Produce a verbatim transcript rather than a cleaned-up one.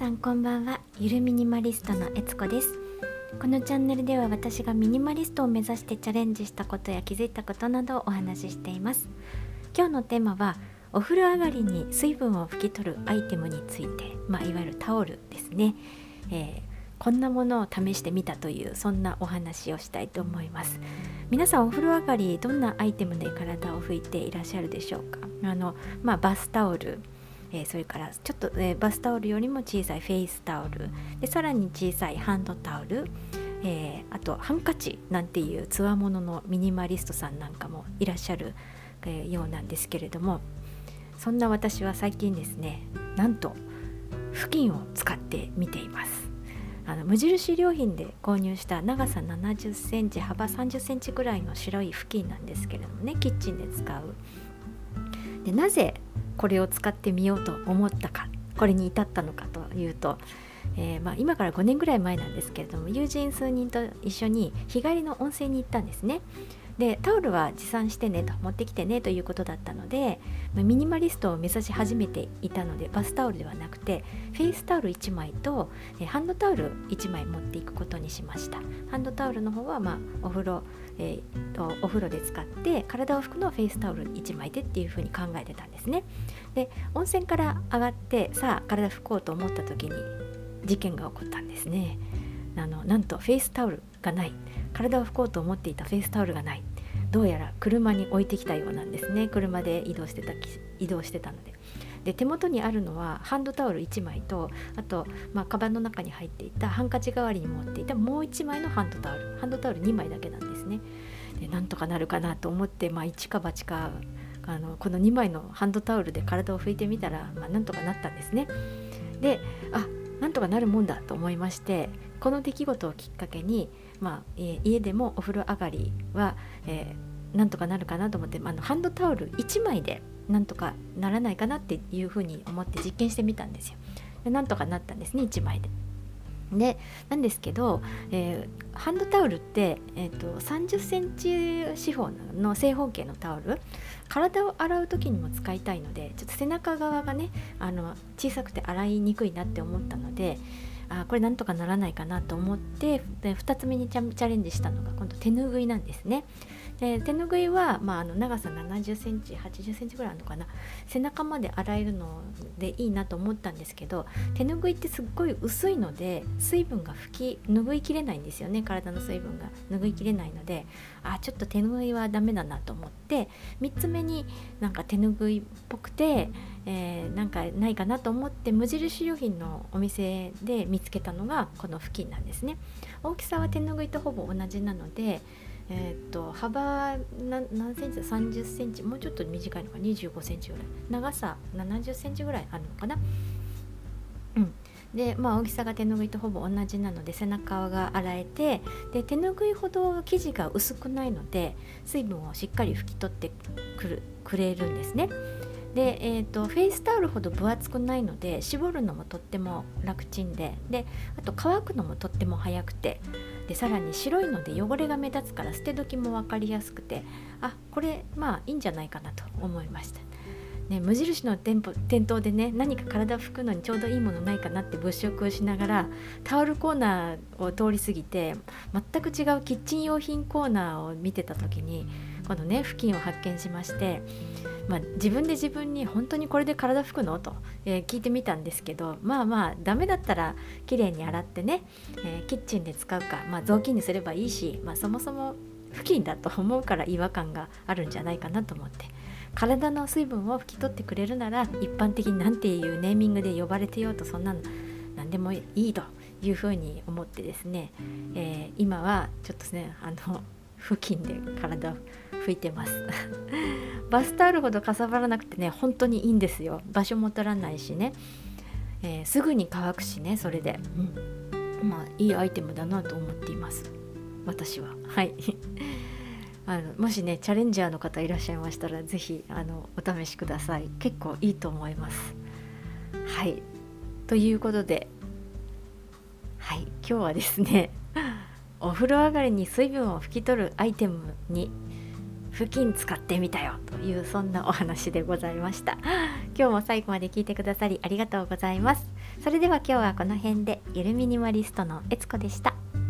さんこんばんは。ゆるミニマリストのえつこです。このチャンネルでは私がミニマリストを目指してチャレンジしたことや気づいたことなどをお話ししています。今日のテーマはお風呂上がりに水分を拭き取るアイテムについて、まあ、いわゆるタオルですね、えー、こんなものを試してみたというそんなお話をしたいと思います。皆さんお風呂上がりどんなアイテムで体を拭いていらっしゃるでしょうか。あの、まあ、バスタオル、えー、それからちょっと、えー、バスタオルよりも小さいフェイスタオルで、さらに小さいハンドタオル、えー、あとハンカチなんていうつわもののミニマリストさんなんかもいらっしゃる、えー、ようなんですけれども、そんな私は最近ですね、なんと布巾を使ってみています。あの無印良品で購入した長さななじゅっセンチ幅さんじゅっセンチぐらいの白い布巾なんですけれどもね、キッチンで使う。でなぜこれを使ってみようと思ったか、これに至ったのかというと、えーまあ、今からごねんぐらい前なんですけれども、友人数人と一緒に日帰りの温泉に行ったんですね。でタオルは持参してねと、持ってきてねということだったので、まあ、ミニマリストを目指し始めていたので、バスタオルではなくてフェイスタオルいちまいと、えー、ハンドタオルいちまい持っていくことにしました。ハンドタオルの方は、まあ、お風呂、えー、お風呂で使って体を拭くのはフェイスタオルいちまいでっていうふうに考えてたんですね。で温泉から上がってさあ体拭こうと思った時に事件が起こったんですね。あのなんとフェイスタオルがない、体を拭こうと思っていたフェイスタオルがない。どうやら車に置いてきたようなんですね。車で移動してた移動してたので。で手元にあるのはハンドタオルいちまいと、あと、まあ、カバンの中に入っていたハンカチ代わりに持っていたもういちまいのハンドタオルハンドタオルにまいだけなんですね。でなんとかなるかなと思って、まあ、一か八かあのこのにまいのハンドタオルで体を拭いてみたら、まあ、なんとかなったんですね。であなんとかなるもんだと思いまして、この出来事をきっかけに、まあえー、家でもお風呂上がりは、えー、なんとかなるかなと思って、あのハンドタオルいちまいでなんとかならないかなっていうふうに思って実験してみたんですよ。でなんとかなったんですね、いちまいで。でなんですけど、えー、ハンドタオルって、えーと、さんじゅっセンチ四方の正方形のタオル、体を洗う時にも使いたいので、ちょっと背中側がねあの小さくて洗いにくいなって思ったので、あこれなんとかならないかなと思って、でふたつめにチャレンジしたのが今度手ぬぐいなんですね。で手ぬぐいは、まあ、あの長さななじゅっセンチはちじゅっセンチぐらいあるのかな、背中まで洗えるのでいいなと思ったんですけど、手ぬぐいってすっごい薄いので水分が拭き拭いきれないんですよね。体の水分が拭いきれないので、あちょっと手ぬぐいはダメだなと思って、みっつめになんか手ぬぐいっぽくて、えー、なんかないかなと思って無印良品のお店で見つけたのがこの布巾なんですね。大きさは手ぬぐいとほぼ同じなので、えー、と幅何センチだ、さんじゅっセンチ、もうちょっと短いのかにじゅうごセンチぐらい、長さななじゅっセンチぐらいあるのかな。うんでまあ、大きさが手ぬぐいとほぼ同じなので背中が洗えて、で手ぬぐいほど生地が薄くないので水分をしっかり拭き取ってくるくれるんですね。で、えーと、フェイスタオルほど分厚くないので絞るのもとっても楽ちんで、であと乾くのもとっても早くて、でさらに白いので汚れが目立つから捨て時も分かりやすくて、あこれまあいいんじゃないかなと思いました。ね、無印の店舗店頭でね、何か体を拭くのにちょうどいいものないかなって物色をしながらタオルコーナーを通り過ぎて、全く違うキッチン用品コーナーを見てた時にこのね布巾を発見しまして、まあ、自分で自分に本当にこれで体拭くのと、えー、聞いてみたんですけど、まあまあダメだったらきれいに洗ってね、えー、キッチンで使うか、まあ、雑巾にすればいいし、まあ、そもそも布巾だと思うから違和感があるんじゃないかなと思って、体の水分を拭き取ってくれるなら一般的に何ていうネーミングで呼ばれてようとそんなの何でもいいというふうに思ってですね、えー、今はちょっとねあの布巾で体を拭いてますバスタオルほどかさばらなくてね本当にいいんですよ。場所も取らないしね、えー、すぐに乾くしね、それで、うん、まあいいアイテムだなと思っています私は。はいあのもしねチャレンジャーの方いらっしゃいましたらぜひあのお試しください。結構いいと思います。はいということで、はい今日はですねお風呂上がりに水分を拭き取るアイテムに布巾使ってみたよというそんなお話でございました。 今日も最後まで聞いてくださりありがとうございます。それでは今日はこの辺で、ゆるミニマリストのえつこでした。